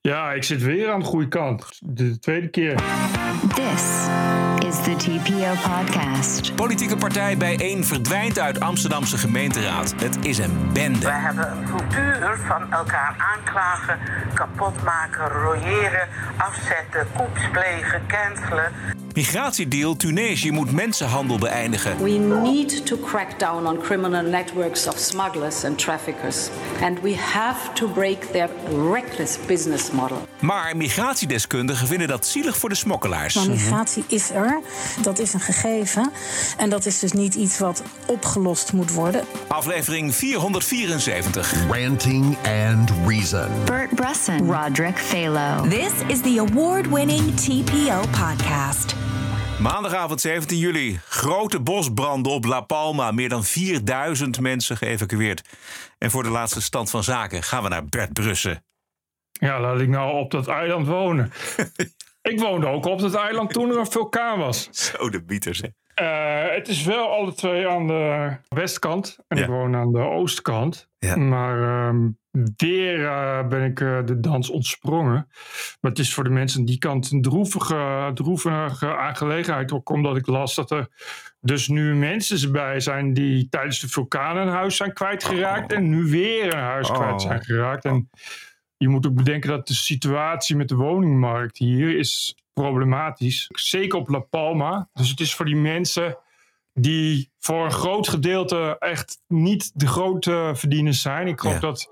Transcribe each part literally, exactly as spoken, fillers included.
Ja, ik zit weer aan de goede kant. De tweede keer. This is the T P O podcast. Politieke partij bijeen verdwijnt uit Amsterdamse gemeenteraad. Het is een bende. We hebben een cultuur van elkaar aanklagen, kapotmaken, royeren, afzetten, coups plegen, cancelen. Migratiedeal Tunesië moet mensenhandel beëindigen. We need to crack down on criminal networks of smugglers and traffickers. And we have to break their reckless business model. Maar migratiedeskundigen vinden dat zielig voor de smokkelaars. Maar migratie is er, dat is een gegeven. En dat is dus niet iets wat opgelost moet worden. Aflevering vierhonderdvierenzeventig. Ranting and Reason. Bert Bresson. Roderick Phalo. This is the award-winning T P O podcast. Maandagavond zeventien juli. Grote bosbranden op La Palma. Meer dan vierduizend mensen geëvacueerd. En voor de laatste stand van zaken gaan we naar Bert Brussen. Ja, laat ik nou op dat eiland wonen. Ik woonde ook op dat eiland toen er een vulkaan was. Zo de bieters, hè? Uh, het is wel alle twee aan de westkant. En Ja. ik woon aan de oostkant. Ja. Maar um, weer uh, ben ik uh, de dans ontsprongen. Maar het is voor de mensen aan die kant een droevige, droevige aangelegenheid. Ook omdat ik las dat er dus nu mensen bij zijn die tijdens de vulkaan een huis zijn kwijtgeraakt. Oh. En nu weer een huis oh. kwijt zijn geraakt. En je moet ook bedenken dat de situatie met de woningmarkt hier is problematisch. Zeker op La Palma. Dus het is voor die mensen die voor een groot gedeelte echt niet de grote verdieners zijn. Ik hoop ja. dat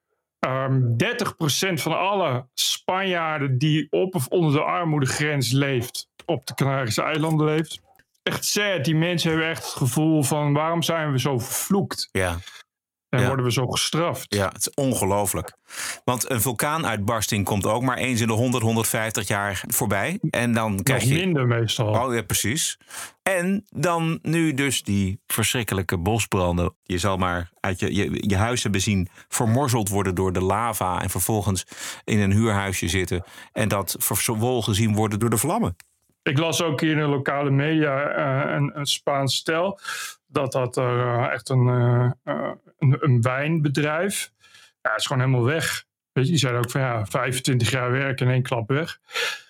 um, dertig procent van alle Spanjaarden die op of onder de armoedegrens leeft, op de Canarische eilanden leeft. Echt sad. Die mensen hebben echt het gevoel van waarom zijn we zo vervloekt? Ja. En ja. worden we zo gestraft. Ja, het is ongelooflijk. Want een vulkaanuitbarsting komt ook maar eens in de honderd, honderdvijftig jaar voorbij. En dan krijg Nog je minder meestal. Oh ja, precies. En dan nu dus die verschrikkelijke bosbranden. Je zal maar uit je, je, je huis hebben zien vermorzeld worden door de lava. En vervolgens in een huurhuisje zitten. En dat verwolgen zien worden door de vlammen. Ik las ook hier in de lokale media uh, een, een Spaans stel. Dat dat uh, echt een, uh, uh, een, een wijnbedrijf. Ja, het is gewoon helemaal weg. Weet je, die zeiden ook van ja, vijfentwintig jaar werk in één klap weg.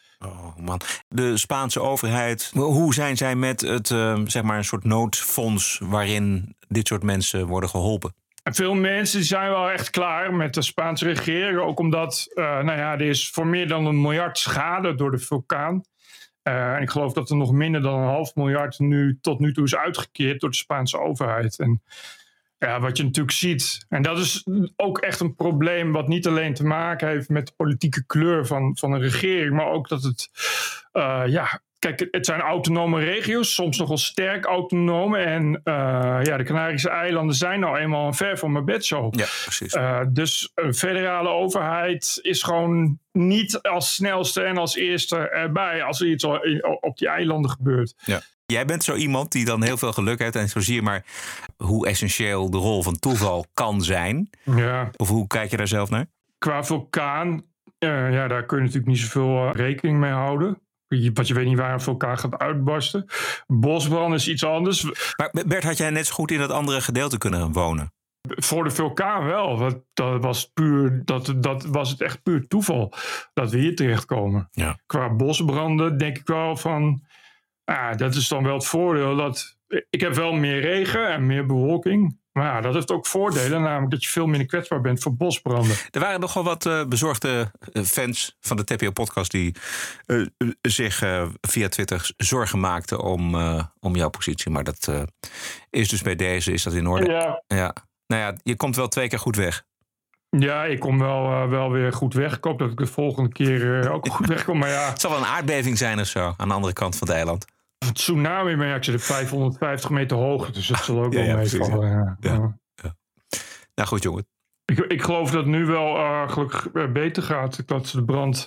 Oh man. De Spaanse overheid, hoe zijn zij met het, uh, zeg maar een soort noodfonds waarin dit soort mensen worden geholpen? En veel mensen zijn wel echt klaar met de Spaanse regering. Ook omdat, uh, nou ja, er is voor meer dan een miljard schade door de vulkaan. Uh, en ik geloof dat er nog minder dan een half miljard nu tot nu toe is uitgekeerd door de Spaanse overheid. En ja, wat je natuurlijk ziet, en dat is ook echt een probleem wat niet alleen te maken heeft met de politieke kleur van, van een regering, maar ook dat het, uh, ja, kijk, het zijn autonome regio's, soms nogal sterk autonoom. En uh, ja, de Canarische eilanden zijn nou eenmaal een ver van mijn bedshow. Ja, precies. Uh, dus een federale overheid is gewoon niet als snelste en als eerste erbij als er iets op die eilanden gebeurt. Ja. Jij bent zo iemand die dan heel veel geluk heeft. En zo zie je maar hoe essentieel de rol van toeval kan zijn. Ja. Of hoe kijk je daar zelf naar? Qua vulkaan, uh, ja, daar kun je natuurlijk niet zoveel uh, rekening mee houden. Want je weet niet waar een vulkaan gaat uitbarsten. Bosbrand is iets anders. Maar Bert, had jij net zo goed in dat andere gedeelte kunnen wonen? Voor de vulkaan wel. Want dat was, puur, dat, dat was het echt puur toeval dat we hier terechtkomen. Ja. Qua bosbranden denk ik wel van, ah, dat is dan wel het voordeel. Dat ik heb wel meer regen en meer bewolking. Maar ja, dat heeft ook voordelen, namelijk dat je veel minder kwetsbaar bent voor bosbranden. Er waren nogal wat uh, bezorgde uh, fans van de T P O-podcast die uh, zich uh, via Twitter zorgen maakten om, uh, om jouw positie. Maar dat uh, is dus bij deze, is dat in orde? Ja. Ja. Nou ja, je komt wel twee keer goed weg. Ja, ik kom wel, uh, wel weer goed weg. Ik hoop dat ik de volgende keer uh, ook goed wegkom. Maar ja, het zal wel een aardbeving zijn of zo, aan de andere kant van het eiland. Een tsunami, maar ja, ik zit op vijfhonderdvijftig meter hoog. Dus dat zal ook ja, wel ja, meevallen. Ja. Ja. Ja. Ja. Nou goed, jongen. Ik, ik geloof dat het nu wel uh, gelukkig beter gaat. Dat de brand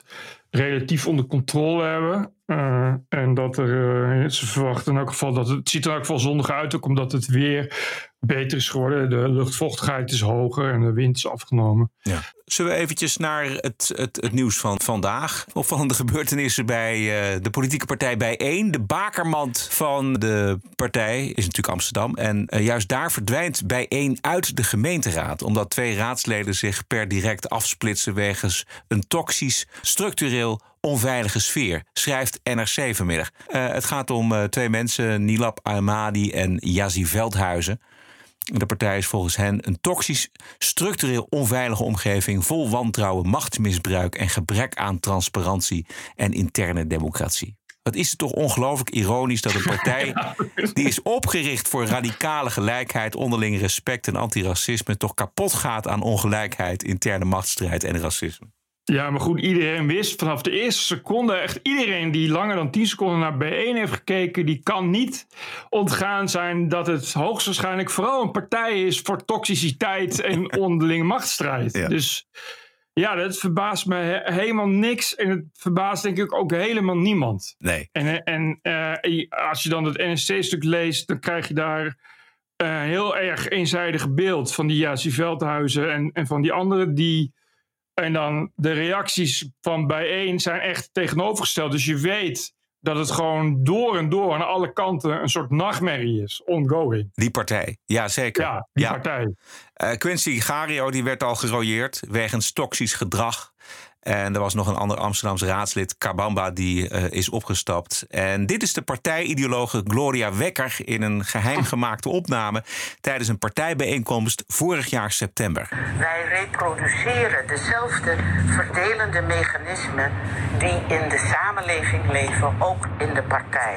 relatief onder controle hebben. Uh, en dat er, uh, ze verwachten in elk geval dat het, het ziet er in elk geval zonnig uit, ook omdat het weer beter is geworden. De luchtvochtigheid is hoger en de wind is afgenomen. Ja. Zullen we eventjes naar het, het, het nieuws van vandaag? Opvallende gebeurtenissen bij uh, de politieke partij bijeen. De bakermat van de partij is natuurlijk Amsterdam. En uh, juist daar verdwijnt bijeen uit de gemeenteraad. Omdat twee raadsleden zich per direct afsplitsen wegens een toxisch, structureel onveilige sfeer, schrijft N R C vanmiddag. Uh, het gaat om uh, twee mensen, Nilab Ahmadi en Yazzie Veldhuizen. De partij is volgens hen een toxisch, structureel onveilige omgeving vol wantrouwen, machtsmisbruik en gebrek aan transparantie en interne democratie. Wat is het toch ongelooflijk ironisch dat een partij die is opgericht voor radicale gelijkheid, onderling respect en antiracisme toch kapot gaat aan ongelijkheid, interne machtsstrijd en racisme. Ja, maar goed, iedereen wist vanaf de eerste seconde, echt iedereen die langer dan tien seconden naar bijeen heeft gekeken, die kan niet ontgaan zijn dat het hoogstwaarschijnlijk vooral een partij is voor toxiciteit en onderlinge machtsstrijd. Ja. Dus ja, dat verbaast me he- helemaal niks en het verbaast denk ik ook helemaal niemand. Nee. En, en uh, als je dan het N R C-stuk leest, dan krijg je daar een uh, heel erg eenzijdig beeld van die Yazzie Veldhuizen en, en van die anderen die. En dan de reacties van bijeen zijn echt tegenovergesteld. Dus je weet dat het gewoon door en door aan alle kanten een soort nachtmerrie is. Ongoing. Die partij, ja zeker. Ja, die ja. partij. Uh, Quincy Gario die werd al gerooieerd wegens toxisch gedrag. En er was nog een ander Amsterdamse raadslid, Kabamba, die uh, is opgestapt. En dit is de partijideologe Gloria Wekker in een geheim gemaakte opname tijdens een partijbijeenkomst vorig jaar september. Wij reproduceren dezelfde verdelende mechanismen die in de samenleving leven, ook in de partij.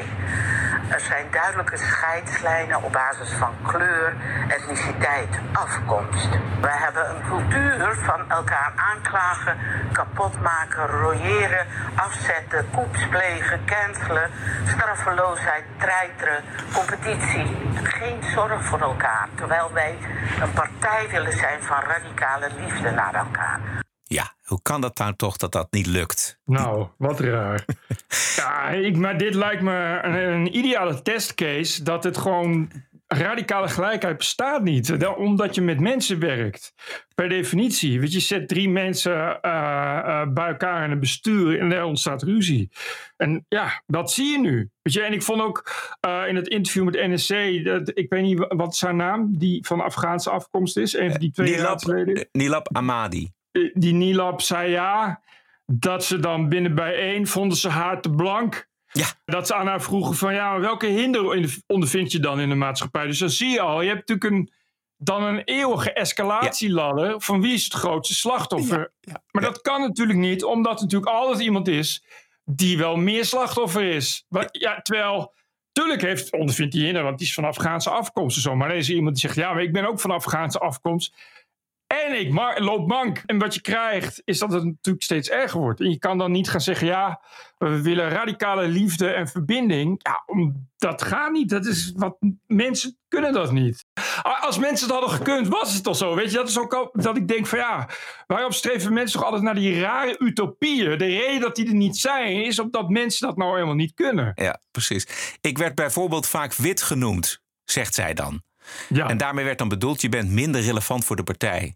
Er zijn duidelijke scheidslijnen op basis van kleur, etniciteit, afkomst. We hebben een cultuur van elkaar aanklagen, kapotmaken, royeren, afzetten, coups plegen, cancelen, straffeloosheid, treiteren, competitie. Geen zorg voor elkaar, terwijl wij een partij willen zijn van radicale liefde naar elkaar. Ja, hoe kan dat nou toch dat dat niet lukt? Nou, wat raar. ja, ik, maar dit lijkt me een, een ideale testcase dat het gewoon radicale gelijkheid bestaat niet. Omdat je met mensen werkt. Per definitie. Want je zet drie mensen uh, uh, bij elkaar in een bestuur en er ontstaat ruzie. En ja, dat zie je nu. Weet je, en ik vond ook uh, in het interview met N R C, dat, ik weet niet wat is haar naam, die van Afghaanse afkomst is. Een van die twee raadsleden. Nilab Ahmadi. Die Nilab zei ja, dat ze dan binnen bijeen vonden ze haar te blank. Ja. Dat ze aan haar vroegen van ja, welke hinder ondervind je dan in de maatschappij? Dus dan zie je al, je hebt natuurlijk een, dan een eeuwige escalatieladder ja. van wie is het grootste slachtoffer. Ja. Ja. Maar ja. dat kan natuurlijk niet, omdat er natuurlijk altijd iemand is die wel meer slachtoffer is. Maar, ja, terwijl, tuurlijk heeft, ondervindt die hinder, want die is van Afghaanse afkomst en zo. Maar er is iemand die zegt ja, maar ik ben ook van Afghaanse afkomst. En ik ma- loop mank. En wat je krijgt is dat het natuurlijk steeds erger wordt. En je kan dan niet gaan zeggen ja, we willen radicale liefde en verbinding. Ja, dat gaat niet. Dat is wat mensen kunnen dat niet. Als mensen het hadden gekund, was het toch zo. Weet je, dat is ook dat ik denk van ja, waarom streven mensen toch altijd naar die rare utopieën? De reden dat die er niet zijn, is omdat mensen dat nou helemaal niet kunnen. Ja, precies. Ik werd bijvoorbeeld vaak wit genoemd, zegt zij dan. Ja. En daarmee werd dan bedoeld, je bent minder relevant voor de partij.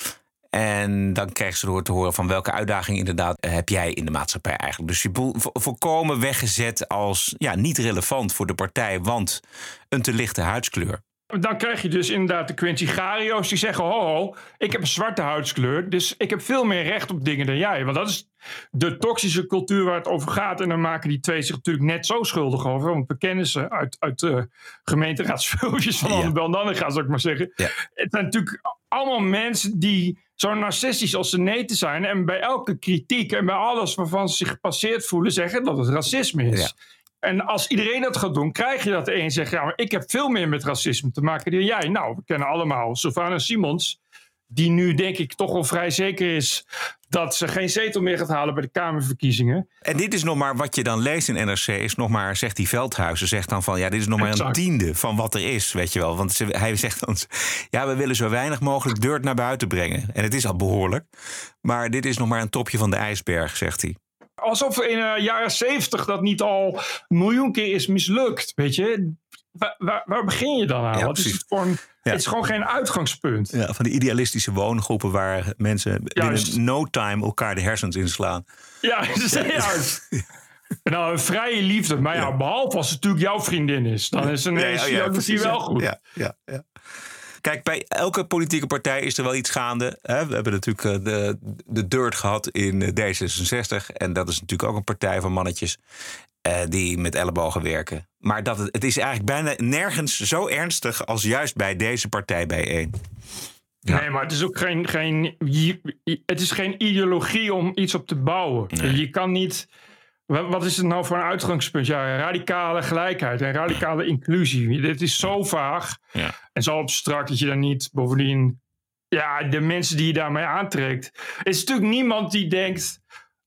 En dan krijg ze door te horen van welke uitdaging inderdaad heb jij in de maatschappij eigenlijk. Dus je boel volkomen weggezet als ja, niet relevant voor de partij, want een te lichte huidskleur. Dan krijg je dus inderdaad de Quincy Gario's die zeggen ho, ho, ik heb een zwarte huidskleur, dus ik heb veel meer recht op dingen dan jij. Want dat is de toxische cultuur waar het over gaat. En dan maken die twee zich natuurlijk net zo schuldig over. Want we kennen ze uit, uit de gemeenteraadsfilmpjes van ja. Annabel Nanninga, zou ik maar zeggen. Ja. Het zijn natuurlijk allemaal mensen die zo narcistisch als ze neten zijn. En bij elke kritiek en bij alles waarvan ze zich gepasseerd voelen, zeggen dat het racisme is. Ja. En als iedereen dat gaat doen, krijg je dat de een zegt ja, maar ik heb veel meer met racisme te maken dan jij. Nou, we kennen allemaal Sylvana Simons, die nu denk ik toch wel vrij zeker is dat ze geen zetel meer gaat halen bij de Kamerverkiezingen. En dit is nog maar wat je dan leest in N R C, is nog maar, zegt die Veldhuizen, zegt dan van ja, dit is nog maar exact. een tiende van wat er is, weet je wel. Want ze, hij zegt dan, ja, we willen zo weinig mogelijk dirt naar buiten brengen. En het is al behoorlijk. Maar dit is nog maar een topje van de ijsberg, zegt hij. Alsof in de jaren zeventig dat niet al een miljoen keer is mislukt, weet je. Waar, waar, waar begin je dan aan? Ja, Wat is het, voor een, ja. het is gewoon geen uitgangspunt. Ja, van die idealistische woongroepen waar mensen Juist. binnen no time elkaar de hersens inslaan. Ja, juist. Nou, een vrije liefde. Maar ja, ja, behalve als het natuurlijk jouw vriendin is. Dan is een ja, ja, ja, precies, wel goed. Ja, ja, ja. Kijk, bij elke politieke partij is er wel iets gaande. We hebben natuurlijk de, de dirt gehad in D zesenzestig. En dat is natuurlijk ook een partij van mannetjes uh, die met ellebogen werken. Maar dat het, het is eigenlijk bijna nergens zo ernstig als juist bij deze partij bijeen. Ja. Nee, maar het is ook geen, geen, het is geen ideologie om iets op te bouwen. Nee. Je kan niet... Wat is het nou voor een uitgangspunt? Ja, radicale gelijkheid en radicale inclusie. Dit is zo vaag ja. en zo abstract dat je dan niet bovendien... Ja, de mensen die je daarmee aantrekt... Het is natuurlijk niemand die denkt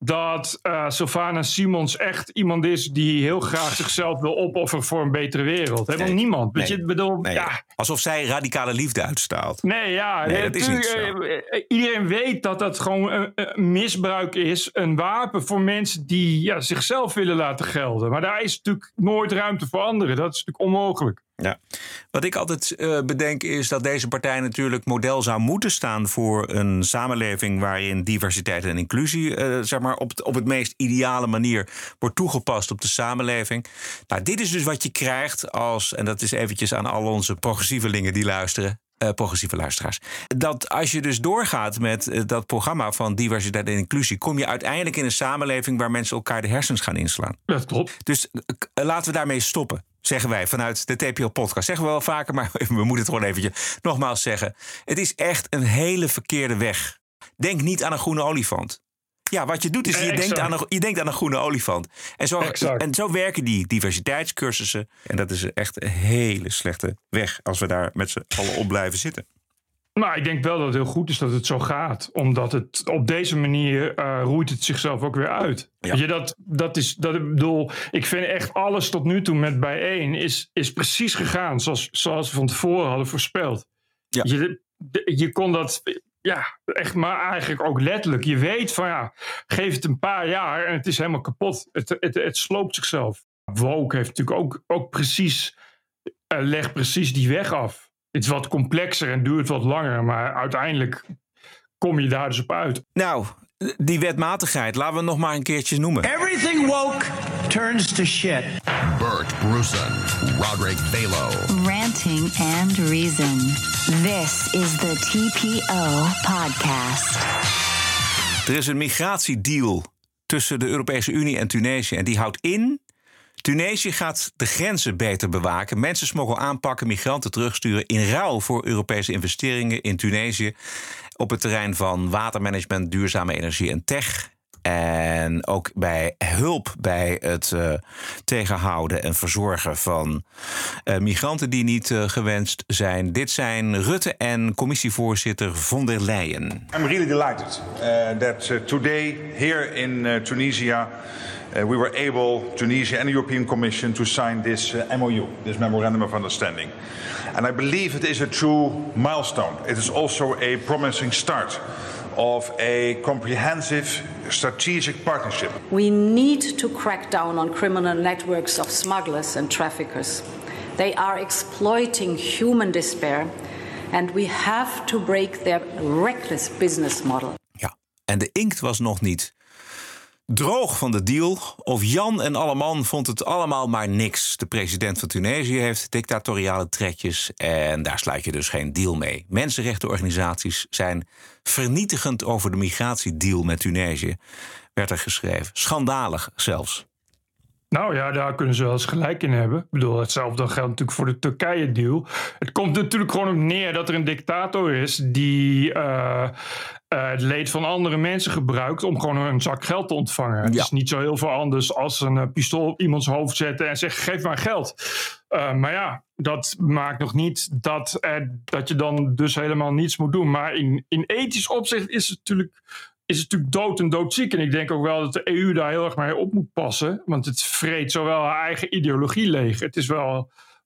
dat uh, Sylvana Simons echt iemand is die heel graag zichzelf wil opofferen voor een betere wereld. Helemaal nee, niemand. Nee, je, bedoel, nee. ja. Alsof zij radicale liefde uitstraalt. Nee, ja. Nee, dat is niet zo. Iedereen weet dat dat gewoon een, een misbruik is. Een wapen voor mensen die ja, zichzelf willen laten gelden. Maar daar is natuurlijk nooit ruimte voor anderen. Dat is natuurlijk onmogelijk. Ja. Wat ik altijd uh, bedenk is dat deze partij natuurlijk model zou moeten staan voor een samenleving waarin diversiteit en inclusie uh, zeg maar op, op het meest ideale manier wordt toegepast op de samenleving. Nou, dit is dus wat je krijgt als, en dat is eventjes aan al onze progressievelingen die luisteren, uh, progressieve luisteraars, dat als je dus doorgaat met uh, dat programma van diversiteit en inclusie, kom je uiteindelijk in een samenleving waar mensen elkaar de hersens gaan inslaan. Dat klopt. Dus uh, laten we daarmee stoppen. Zeggen wij vanuit de T P O-podcast. Zeggen we wel vaker, maar we moeten het gewoon eventjes nogmaals zeggen. Het is echt een hele verkeerde weg. Denk niet aan een groene olifant. Ja, wat je doet is, je, denkt aan, een, je denkt aan een groene olifant. En zo, en zo werken die diversiteitscursussen. En dat is echt een hele slechte weg als we daar met z'n allen op blijven zitten. Maar ik denk wel dat het heel goed is dat het zo gaat. Omdat het op deze manier uh, roeit het zichzelf ook weer uit. Ja. Weet je, dat, dat is, dat, ik bedoel, ik vind echt alles tot nu toe met bijeen is, is precies gegaan zoals, zoals we van tevoren hadden voorspeld. Ja. Je, je kon dat, ja, echt maar eigenlijk ook letterlijk. Je weet van ja, geef het een paar jaar en het is helemaal kapot. Het, het, het sloopt zichzelf. Woke heeft natuurlijk ook, ook precies, uh, legt precies die weg af. Het is wat complexer en duurt wat langer, maar uiteindelijk kom je daar dus op uit. Nou, die wetmatigheid, laten we nog maar een keertje noemen. Everything woke turns to shit. Bert Brussen, Roderick Balo. Ranting and Reason. This is the T P O podcast. Er is een migratiedeal tussen de Europese Unie en Tunesië en die houdt in... Tunesië gaat de grenzen beter bewaken, mensensmokkel aanpakken, migranten terugsturen in ruil voor Europese investeringen in Tunesië op het terrein van watermanagement, duurzame energie en tech. En ook bij hulp bij het uh, tegenhouden en verzorgen van uh, migranten die niet uh, gewenst zijn. Dit zijn Rutte en commissievoorzitter von der Leyen. I'm really delighted uh, that uh, today here in uh, Tunisia Uh, we were able, Tunisia and the European Commission, to sign this uh, M O U, this Memorandum of Understanding. And I believe it is a true milestone. It is also a promising start of a comprehensive strategic partnership. We need to crack down on criminal networks of smugglers and traffickers. They are exploiting human despair, and we have to break their reckless business model. Ja, en de inkt was nog niet droog van de deal. Of Jan en Alleman vond het allemaal maar niks. De president van Tunesië heeft dictatoriale trekjes en daar sluit je dus geen deal mee. Mensenrechtenorganisaties zijn vernietigend over de migratiedeal met Tunesië, werd er geschreven. Schandalig zelfs. Nou ja, daar kunnen ze wel eens gelijk in hebben. Ik bedoel, hetzelfde geldt natuurlijk voor de Turkije-deal. Het komt natuurlijk gewoon op neer dat er een dictator is die uh, uh, het leed van andere mensen gebruikt om gewoon een zak geld te ontvangen. Ja. Het is niet zo heel veel anders als een uh, pistool op iemands hoofd zetten en zeggen geef maar geld. Uh, maar ja, dat maakt nog niet dat, uh, dat je dan dus helemaal niets moet doen. Maar in, in ethisch opzicht is het natuurlijk... is het natuurlijk dood en doodziek. En ik denk ook wel dat de E U daar heel erg mee op moet passen. Want het vreet zowel haar eigen ideologie leeg. Het is wel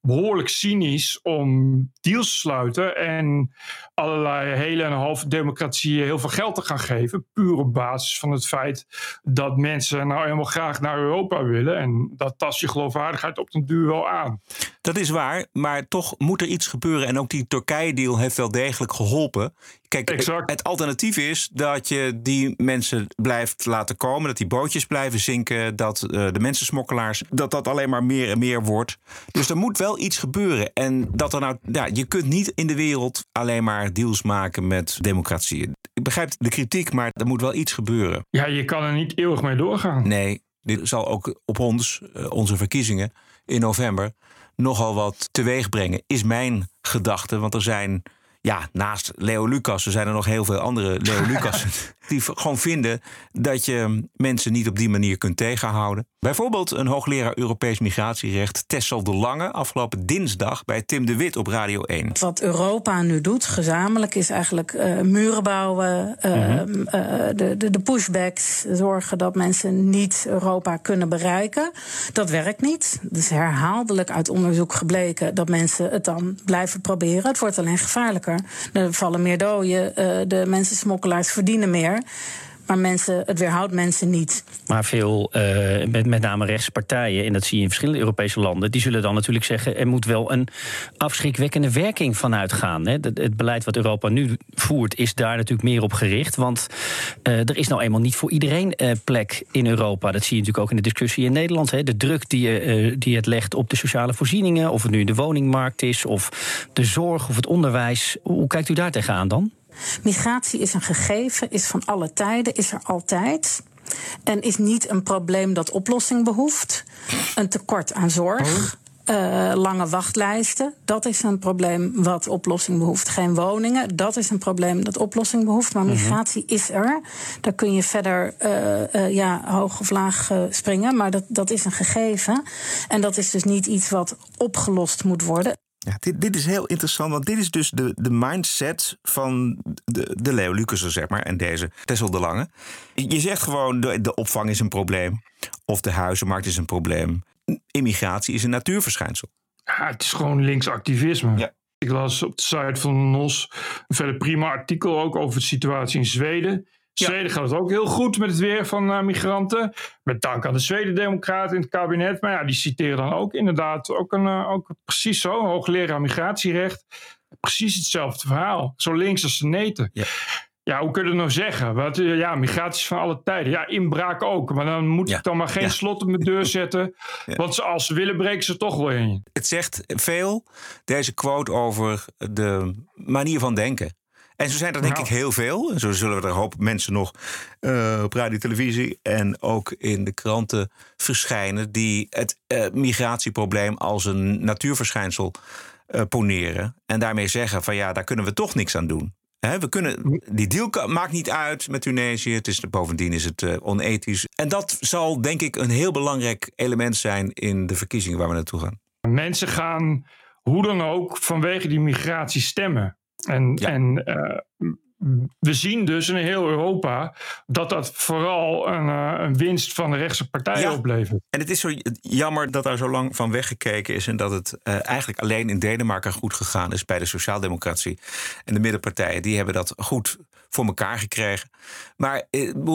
behoorlijk cynisch om deals te sluiten en allerlei hele en halve democratieën heel veel geld te gaan geven. Puur op basis van het feit dat mensen nou helemaal graag naar Europa willen. En dat tast je geloofwaardigheid op den duur wel aan. Dat is waar, maar toch moet er iets gebeuren. En ook die Turkije-deal heeft wel degelijk geholpen. Kijk, exact. Het alternatief is dat je die mensen blijft laten komen. Dat die bootjes blijven zinken. Dat uh, de mensensmokkelaars, dat dat alleen maar meer en meer wordt. Dus er moet wel iets gebeuren. En dat er nou, ja, je kunt niet in de wereld alleen maar deals maken met democratie. Ik begrijp de kritiek, maar er moet wel iets gebeuren. Ja, je kan er niet eeuwig mee doorgaan. Nee, dit zal ook op ons, uh, onze verkiezingen in november, nogal wat teweeg brengen, is mijn gedachte. Want er zijn, ja, naast Leo Lucas, er zijn er nog heel veel andere Leo Lucas die gewoon vinden dat je mensen niet op die manier kunt tegenhouden. Bijvoorbeeld een hoogleraar Europees migratierecht, Tessel de Lange, afgelopen dinsdag bij Tim de Wit op Radio één. Wat Europa nu doet, gezamenlijk, is eigenlijk uh, muren bouwen, uh, mm-hmm. uh, de, de, de pushbacks, zorgen dat mensen niet Europa kunnen bereiken. Dat werkt niet. Het is herhaaldelijk uit onderzoek gebleken dat mensen het dan blijven proberen. Het wordt alleen gevaarlijker. Er vallen meer doden, uh, de mensensmokkelaars verdienen meer. Maar mensen, het weerhoudt mensen niet. Maar veel, uh, met, met name rechtse partijen, en dat zie je in verschillende Europese landen, die zullen dan natuurlijk zeggen, er moet wel een afschrikwekkende werking van uitgaan. Hè. Het, het beleid wat Europa nu voert is daar natuurlijk meer op gericht. Want uh, er is nou eenmaal niet voor iedereen uh, plek in Europa. Dat zie je natuurlijk ook in de discussie in Nederland. Hè. De druk die, uh, die het legt op de sociale voorzieningen, of het nu de woningmarkt is, of de zorg of het onderwijs. Hoe kijkt u daar tegenaan dan? Migratie is een gegeven, is van alle tijden, is er altijd. En is niet een probleem dat oplossing behoeft. Een tekort aan zorg, uh, lange wachtlijsten, dat is een probleem wat oplossing behoeft. Geen woningen, dat is een probleem dat oplossing behoeft. Maar migratie is er. Daar kun je verder uh, uh, ja, hoog of laag uh, springen, maar dat, dat is een gegeven. En dat is dus niet iets wat opgelost moet worden. Ja, dit, dit is heel interessant, want dit is dus de, de mindset van de, de Leo Lucassen, zeg maar, en deze Tessel de Lange. Je zegt gewoon, de, de opvang is een probleem, of de huizenmarkt is een probleem. Immigratie is een natuurverschijnsel. Ja, het is gewoon linksactivisme. Ja. Ik las op de site van N O S een verder prima artikel ook over de situatie in Zweden. Ja. Zweden gaat het ook heel goed met het weer van uh, migranten. Met dank aan de Zweden-democraten in het kabinet. Maar ja, die citeren dan ook inderdaad ook, een, uh, ook precies zo. Een hoogleraar migratierecht. Precies hetzelfde verhaal. Zo links als de neten. Ja. Ja, hoe kun je het nou zeggen? Want, uh, ja, migratie is van alle tijden. Ja, inbraak ook. Maar dan moet ja. ik dan maar geen ja. slot op mijn deur zetten. Ja. Want als ze willen, breken ze toch wel in. Het zegt veel, deze quote, over de manier van denken. En zo zijn er denk nou. ik heel veel. En zo zullen we er een hoop mensen nog uh, op radio, televisie en ook in de kranten verschijnen die het uh, migratieprobleem als een natuurverschijnsel uh, poneren. En daarmee zeggen van ja, daar kunnen we toch niks aan doen. He, we kunnen, die deal maakt niet uit met Tunesië. Het is, bovendien is het uh, onethisch. En dat zal denk ik een heel belangrijk element zijn in de verkiezingen waar we naartoe gaan. Mensen gaan hoe dan ook vanwege die migratie stemmen. En, ja. en uh, we zien dus in heel Europa dat dat vooral een, uh, een winst van de rechtse partijen ja. oplevert. En het is zo jammer dat daar zo lang van weggekeken is en dat het uh, eigenlijk alleen in Denemarken goed gegaan is bij de sociaaldemocratie. En de middenpartijen, die hebben dat goed voor elkaar gekregen. Maar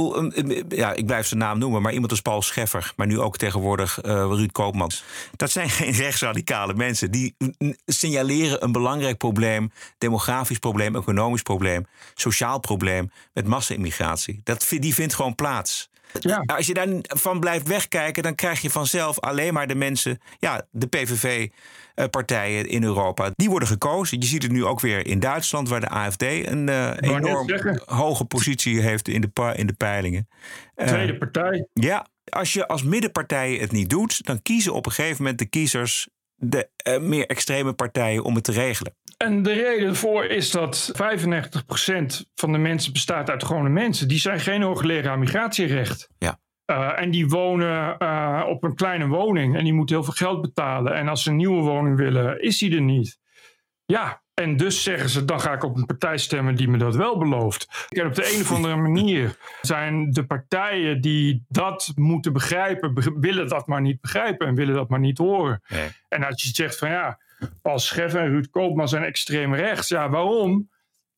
ja, ik blijf zijn naam noemen, maar iemand als Paul Scheffer, maar nu ook tegenwoordig uh, Ruud Koopmans. Dat zijn geen rechtsradicale mensen. Die signaleren een belangrijk probleem, demografisch probleem, economisch probleem, sociaal probleem met massa-immigratie. Dat, die vindt gewoon plaats. Ja. Als je daarvan blijft wegkijken, dan krijg je vanzelf alleen maar de mensen, ja, de P V V-partijen in Europa, die worden gekozen. Je ziet het nu ook weer in Duitsland, waar de A F D een uh, enorm hoge positie heeft in de, in de peilingen. Tweede uh, partij. Ja, als je als middenpartij het niet doet, dan kiezen op een gegeven moment de kiezers de uh, meer extreme partijen om het te regelen. En de reden voor is dat vijfennegentig procent van de mensen bestaat uit gewone mensen. Die zijn geen hoogleraar migratierecht. Ja. Uh, en die wonen uh, op een kleine woning. En die moeten heel veel geld betalen. En als ze een nieuwe woning willen, is die er niet. Ja, en dus zeggen ze, dan ga ik op een partij stemmen die me dat wel belooft. En op de een of andere manier zijn de partijen die dat moeten begrijpen, be- willen dat maar niet begrijpen en willen dat maar niet horen. Nee. En als je zegt van ja, Paul Schef en Ruud Koopman zijn extreem rechts. Ja, waarom?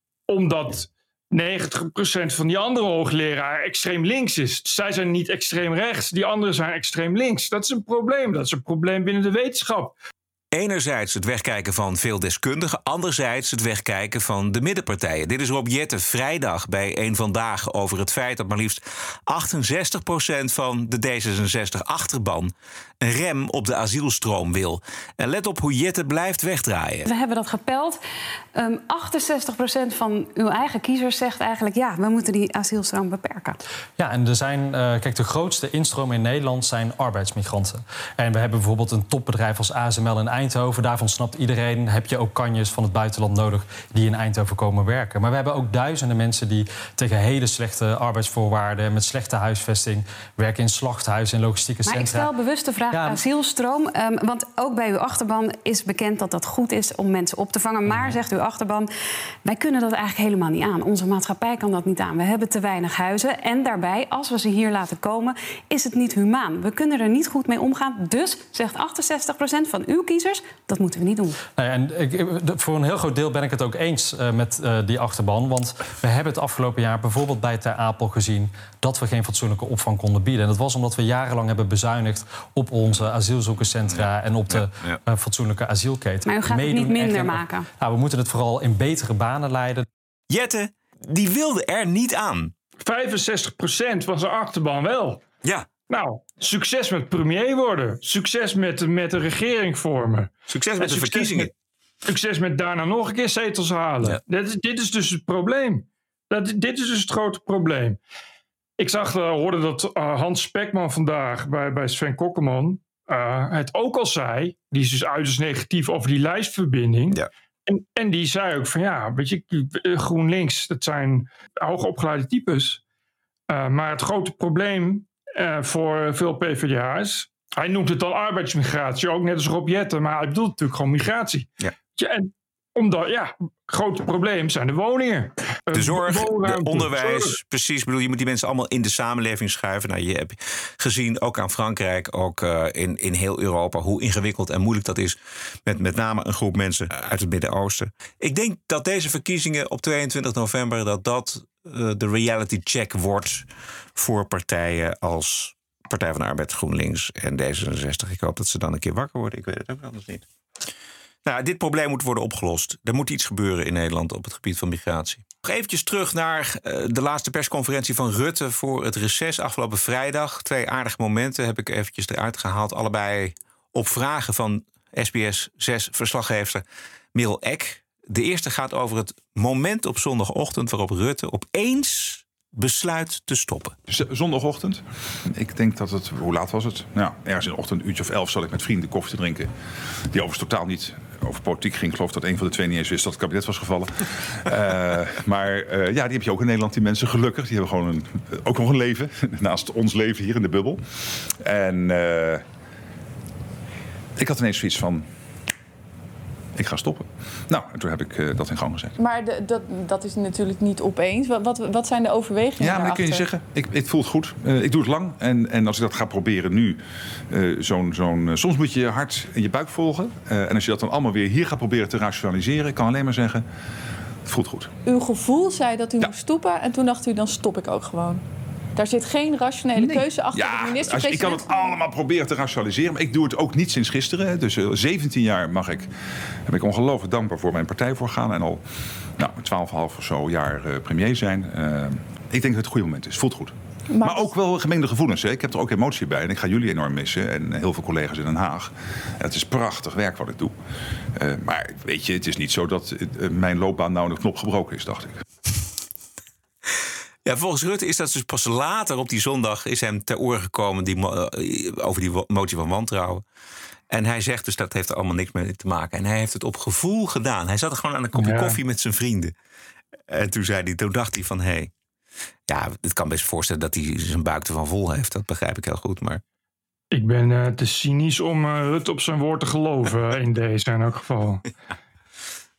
Omdat negentig procent van die andere hoogleraar extreem links is. Zij zijn niet extreem rechts, die anderen zijn extreem links. Dat is een probleem, dat is een probleem binnen de wetenschap. Enerzijds het wegkijken van veel deskundigen, anderzijds het wegkijken van de middenpartijen. Dit is Rob Jetten vrijdag bij Eén Vandaag over het feit dat maar liefst achtenzestig procent van de D zesenzestig-achterban een rem op de asielstroom wil. En let op hoe Jetten blijft wegdraaien. We hebben dat gepeld. Um, achtenzestig procent van uw eigen kiezers zegt eigenlijk ja, we moeten die asielstroom beperken. Ja, en er zijn, uh, kijk, de grootste instroom in Nederland zijn arbeidsmigranten. En we hebben bijvoorbeeld een topbedrijf als A S M L in Eindhoven. Daarvan snapt iedereen, heb je ook kanjes van het buitenland nodig die in Eindhoven komen werken. Maar we hebben ook duizenden mensen die tegen hele slechte arbeidsvoorwaarden, met slechte huisvesting, werken in slachthuizen en logistieke maar centra. Maar ik stel bewust de vraag ja, asielstroom. Um, want ook bij uw achterban is bekend dat dat goed is om mensen op te vangen. Maar, zegt uw achterban, wij kunnen dat eigenlijk helemaal niet aan. Onze maatschappij kan dat niet aan. We hebben te weinig huizen. En daarbij, als we ze hier laten komen, is het niet humaan. We kunnen er niet goed mee omgaan. Dus, zegt achtenzestig procent van uw kiezers, dat moeten we niet doen. Nou ja, en ik, voor een heel groot deel ben ik het ook eens uh, met uh, die achterban. Want we hebben het afgelopen jaar bijvoorbeeld bij Ter Apel gezien dat we geen fatsoenlijke opvang konden bieden. En dat was omdat we jarenlang hebben bezuinigd op onze asielzoekerscentra ja. en op de ja, ja. Uh, fatsoenlijke asielketen. Maar u gaat Meedoen het niet minder maken. Nou, we moeten het vooral in betere banen leiden. Jetten, die wilde er niet aan. vijfenzestig procent van zijn achterban wel. Ja. Nou, succes met premier worden. Succes met, met de regering vormen. Succes met en de succes verkiezingen. Met, succes met daarna nog een keer zetels halen. Ja. Dit, is, dit is dus het probleem. Dat, dit is dus het grote probleem. Ik zag, uh, hoorde dat uh, Hans Spekman vandaag bij, bij Sven Kokkelman uh, het ook al zei. Die is dus uiterst negatief over die lijstverbinding. Ja. En, en die zei ook van ja, weet je, GroenLinks, dat zijn hoogopgeleide types. Uh, maar het grote probleem uh, voor veel P v d A'ers, hij noemt het dan arbeidsmigratie, ook net als Rob Jetten, maar hij bedoelt natuurlijk gewoon migratie. Ja. Ja, en omdat, ja, het grote probleem zijn de woningen. De zorg, de onderwijs, zorg. Precies. Ik bedoel, je moet die mensen allemaal in de samenleving schuiven. Nou, je hebt gezien, ook aan Frankrijk, ook uh, in, in heel Europa, hoe ingewikkeld en moeilijk dat is. Met met name een groep mensen uit het Midden-Oosten. Ik denk dat deze verkiezingen op tweeëntwintig november, dat dat uh, de reality check wordt voor partijen als Partij van de Arbeid, GroenLinks en D zesenzestig. Ik hoop dat ze dan een keer wakker worden. Ik weet het ook anders niet. Nou, dit probleem moet worden opgelost. Er moet iets gebeuren in Nederland op het gebied van migratie. Nog eventjes terug naar uh, de laatste persconferentie van Rutte voor het reces afgelopen vrijdag. Twee aardige momenten heb ik eventjes eruit gehaald. Allebei op vragen van S B S zes-verslaggever Merel Eck. De eerste gaat over het moment op zondagochtend waarop Rutte opeens besluit te stoppen. Z- zondagochtend. Ik denk dat het... Hoe laat was het? Nou, ergens in de ochtend, een uurtje of elf, zat ik met vrienden koffie te drinken. Die overigens totaal niet over politiek ging. Ik geloof dat een van de twee niet eens wist dat het kabinet was gevallen. uh, maar uh, ja, die heb je ook in Nederland, die mensen gelukkig. Die hebben gewoon een, ook nog een leven. Naast ons leven hier in de bubbel. En uh, ik had ineens zoiets van... Ik ga stoppen. Nou, en toen heb ik uh, dat in gang gezet. Maar de, dat, dat is natuurlijk niet opeens. Wat, wat, wat zijn de overwegingen Ja, maar daarachter? kun je zeggen, ik, het voelt goed. Uh, ik doe het lang. En, en als ik dat ga proberen nu, uh, zo'n, zo'n, uh, soms moet je je hart en je buik volgen. Uh, en als je dat dan allemaal weer hier gaat proberen te rationaliseren, ik kan alleen maar zeggen, het voelt goed. Uw gevoel zei dat u ja. moest stoppen en toen dacht u, dan stop ik ook gewoon. Daar zit geen rationele nee. keuze achter ja, de minister-president. Ik kan het allemaal proberen te rationaliseren. Maar ik doe het ook niet sinds gisteren. Dus uh, zeventien jaar mag ik, heb ik ongelooflijk dankbaar voor mijn partij voor gaan. En al nou, twaalf komma vijf of zo jaar uh, premier zijn. Uh, ik denk dat het het goede moment is. Voelt goed. Maar, maar ook wel gemengde gevoelens. Hè. Ik heb er ook emotie bij. En ik ga jullie enorm missen. En heel veel collega's in Den Haag. En het is prachtig werk wat ik doe. Uh, maar weet je, het is niet zo dat uh, mijn loopbaan nou in de knop gebroken is, dacht ik. Ja, volgens Rutte is dat dus pas later op die zondag is hem ter oren gekomen die, uh, over die motie van wantrouwen. En hij zegt dus dat heeft er allemaal niks mee te maken. En hij heeft het op gevoel gedaan. Hij zat er gewoon aan een kopje ja. koffie met zijn vrienden. En toen, zei hij, toen dacht hij van, hé, hey, ja, het kan best voorstellen dat hij zijn buik ervan vol heeft. Dat begrijp ik heel goed, maar... Ik ben uh, te cynisch om uh, Rutte op zijn woord te geloven in deze in elk geval.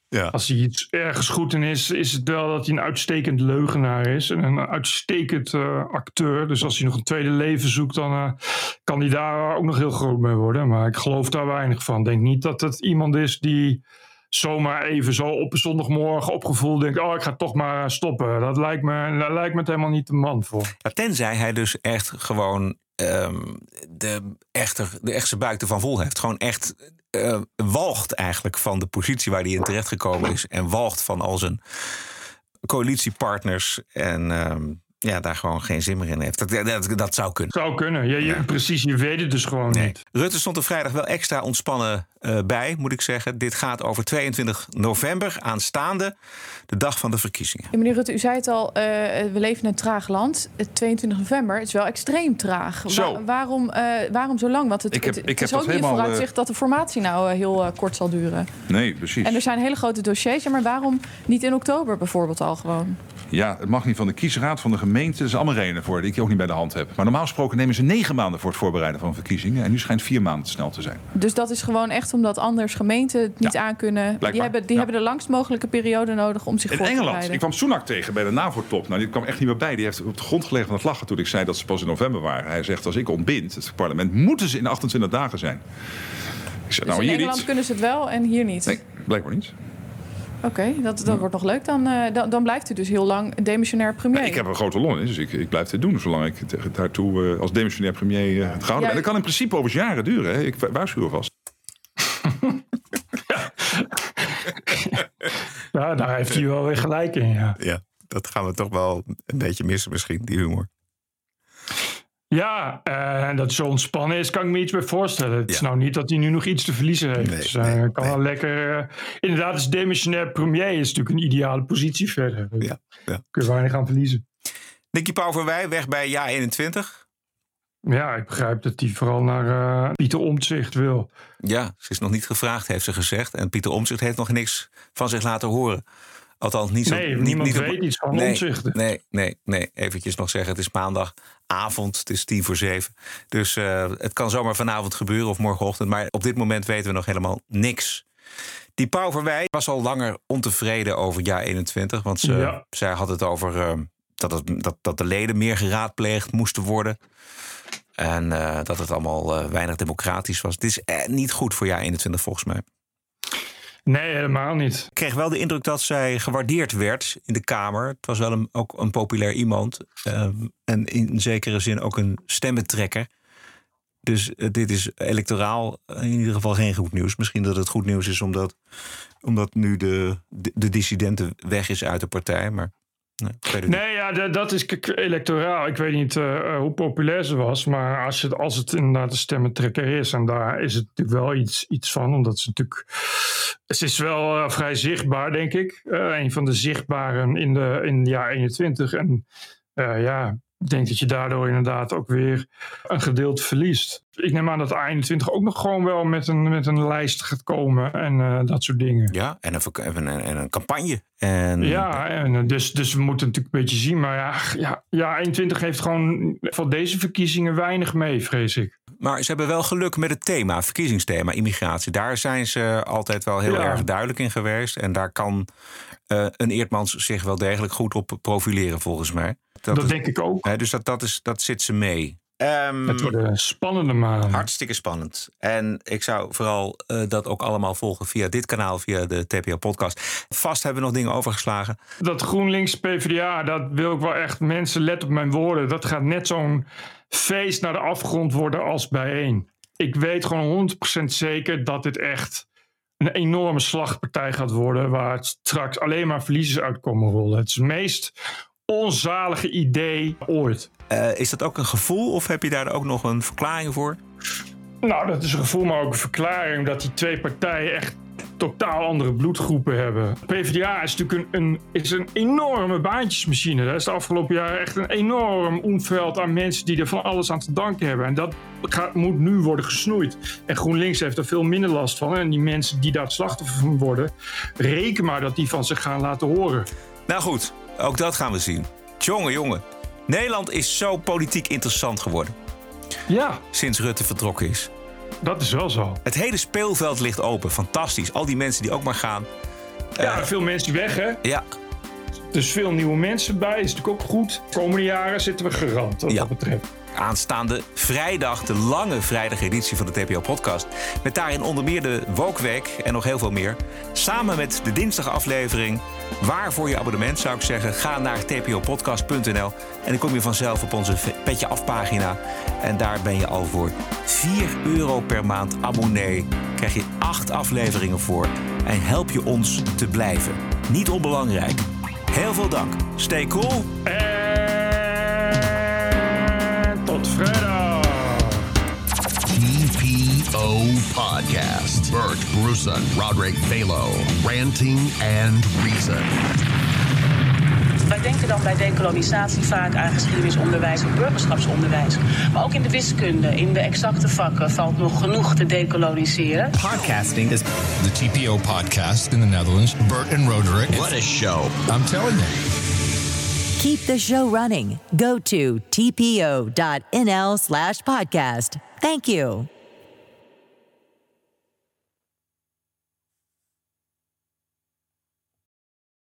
Ja. Als hij iets ergens goed in is, is het wel dat hij een uitstekend leugenaar is. En een uitstekend uh, acteur. Dus als hij nog een tweede leven zoekt, dan uh, kan hij daar ook nog heel groot mee worden. Maar ik geloof daar weinig van. Ik denk niet dat het iemand is die zomaar even zo op een zondagmorgen opgevoel denkt, oh, ik ga toch maar stoppen. Dat lijkt me, daar lijkt me het helemaal niet de man voor. Ja, tenzij hij dus echt gewoon um, de, echte, de echte buik ervan vol heeft. Gewoon echt uh, walgt eigenlijk van de positie waar hij in terecht gekomen is. En walgt van al zijn coalitiepartners. En um, ja, daar gewoon geen zin meer in heeft. Dat, dat, dat zou kunnen. Zou kunnen. Ja, je, ja. Precies, je weet het dus gewoon nee. niet. Rutte stond er vrijdag wel extra ontspannen uh, bij, moet ik zeggen. Dit gaat over tweeëntwintig november aanstaande, de dag van de verkiezingen. Ja, meneer Rutte, u zei het al, uh, we leven in een traag land. tweeëntwintig november is wel extreem traag. Wa- waarom, uh, waarom zo lang? Want het, ik heb, het, ik het heb is ook niet vooruitzicht uh... dat de formatie nou uh, heel uh, kort zal duren. Nee, precies. En er zijn hele grote dossiers. Ja, maar waarom niet in oktober bijvoorbeeld al gewoon? Ja, het mag niet van de kiesraad, van de gemeente. Er zijn allemaal redenen voor die ik ook niet bij de hand heb. Maar normaal gesproken nemen ze negen maanden voor het voorbereiden van verkiezingen. En nu schijnt vier maanden te snel te zijn. Dus dat is gewoon echt omdat anders gemeenten het niet ja, aankunnen. Blijkbaar. Die, hebben, die ja. hebben de langst mogelijke periode nodig om zich in voor te Engeland, bereiden. Ik kwam Sunak tegen bij de NAVO-top. Nou, die kwam echt niet meer bij. Die heeft op de grond gelegen van het lachen toen ik zei dat ze pas in november waren. Hij zegt, als ik ontbind, het parlement, moeten ze in achtentwintig dagen zijn. Ik zeg, dus nou, in hier Engeland niet. kunnen ze het wel en hier niet? Nee, blijkbaar niet. Oké, okay, dat, dat ja. wordt nog leuk. Dan, uh, dan, dan blijft u dus heel lang demissionair premier. Nee, ik heb een grote lon in, dus ik, ik blijf dit doen zolang ik daartoe uh, als demissionair premier uh, het gehouden ja, ben. En dat kan in principe over jaren duren. Hè. Ik waarschuw alvast. Ja, daar heeft hij wel weer gelijk in. Ja. ja, dat gaan we toch wel een beetje missen misschien, die humor. Ja, en uh, dat zo ontspannen is, kan ik me iets bij voorstellen. Het ja. is nou niet dat hij nu nog iets te verliezen heeft. Nee, dus hij uh, kan nee. wel lekker... Uh, inderdaad, als demissionair premier is natuurlijk een ideale positie verder. Dus ja, ja. kun je weinig aan verliezen. Nicky Pauverwij, weg bij Ja eenentwintig. Ja, ik begrijp dat hij vooral naar uh, Pieter Omtzigt wil. Ja, ze is nog niet gevraagd, heeft ze gezegd. En Pieter Omtzigt heeft nog niks van zich laten horen. Althans, niet zo... Nee, niet, niemand niet weet op, iets van nee, Omtzigt. Nee, nee, nee. Eventjes nog zeggen, het is maandagavond, het is tien voor zeven. Dus uh, het kan zomaar vanavond gebeuren of morgenochtend. Maar op dit moment weten we nog helemaal niks. Die Pauverwij was al langer ontevreden over Ja eenentwintig. Want ze, ja. zij had het over uh, dat, het, dat, dat de leden meer geraadpleegd moesten worden. En uh, dat het allemaal uh, weinig democratisch was. Het is uh, niet goed voor Ja eenentwintig volgens mij. Nee, helemaal niet. Ik kreeg wel de indruk dat zij gewaardeerd werd in de Kamer. Het was wel een, ook een populair iemand. Uh, en in zekere zin ook een stemmentrekker. Dus uh, dit is electoraal in ieder geval geen goed nieuws. Misschien dat het goed nieuws is omdat, omdat nu de, de, de dissidenten weg is uit de partij. Maar nee, ik weet het nee ja, d- dat is k- electoraal. Ik weet niet uh, hoe populair ze was. Maar als het, als het inderdaad een stemmentrekker is... en daar is het natuurlijk wel iets, iets van. Omdat ze natuurlijk... Het is wel uh, vrij zichtbaar, denk ik. Uh, een van de zichtbaren in de in Ja eenentwintig. En uh, ja, ik denk dat je daardoor inderdaad ook weer een gedeelte verliest. Ik neem aan dat A eenentwintig ook nog gewoon wel met een, met een lijst gaat komen. En uh, dat soort dingen. Ja, en een, en een, en een campagne. En... Ja, en dus, dus we moeten natuurlijk een beetje zien. Maar ja, ja, Ja eenentwintig heeft gewoon van deze verkiezingen weinig mee, vrees ik. Maar ze hebben wel geluk met het thema, verkiezingsthema, immigratie. Daar zijn ze altijd wel heel ja. erg duidelijk in geweest. En daar kan uh, een Eertmans zich wel degelijk goed op profileren, volgens mij. Dat, dat is, denk ik ook. Hè, dus dat, dat, is, dat zit ze mee. Um, het worden spannende maanden. Hartstikke spannend. En ik zou vooral uh, dat ook allemaal volgen via dit kanaal, via de T P O-podcast. Vast hebben we nog dingen overgeslagen. Dat GroenLinks P v d A, dat wil ik wel echt... Mensen, let op mijn woorden. Dat gaat net zo'n feest naar de afgrond worden als bijeen. Ik weet gewoon honderd procent zeker dat dit echt een enorme slachtpartij gaat worden... waar het straks alleen maar verliezers uit komen rollen. Het is het meest onzalige idee ooit. Uh, is dat ook een gevoel of heb je daar ook nog een verklaring voor? Nou, dat is een gevoel, maar ook een verklaring... dat die twee partijen echt totaal andere bloedgroepen hebben. P v d A is natuurlijk een, een, is een enorme baantjesmachine. Dat is de afgelopen jaren echt een enorm omveld aan mensen... die er van alles aan te danken hebben. En dat gaat, moet nu worden gesnoeid. En GroenLinks heeft er veel minder last van. En die mensen die daar het slachtoffer van worden... reken maar dat die van zich gaan laten horen. Nou goed, ook dat gaan we zien. Jongen, jongen. Nederland is zo politiek interessant geworden. Ja. Sinds Rutte vertrokken is. Dat is wel zo. Het hele speelveld ligt open. Fantastisch. Al die mensen die ook maar gaan. Ja, uh, veel mensen weg, hè? Ja. Dus veel nieuwe mensen bij, is natuurlijk ook goed. De komende jaren zitten we gerand, wat ja. dat betreft. Aanstaande vrijdag, de lange vrijdageditie van de T P O-podcast. Met daarin onder meer de Woke Week en nog heel veel meer. Samen met de dinsdagaflevering. Waar voor je abonnement, zou ik zeggen. Ga naar t p o podcast punt n l en dan kom je vanzelf op onze Petje Af pagina. En daar ben je al voor vier euro per maand abonnee. Krijg je acht afleveringen voor. En help je ons te blijven. Niet onbelangrijk. Heel veel dank. Stay cool. En tot vrijdag. T P O Podcast. Bert Brussen, Roderick Balo. Ranting and Reason. Wij denken dan bij dekolonisatie vaak aan geschiedenisonderwijs en burgerschapsonderwijs. Maar ook in de wiskunde, in de exacte vakken valt nog genoeg te dekoloniseren. Podcasting is the T P O podcast in the Netherlands. Bert and Roderick. What a show. I'm telling you. Keep the show running. Go to t p o dot n l slash podcast. Thank you.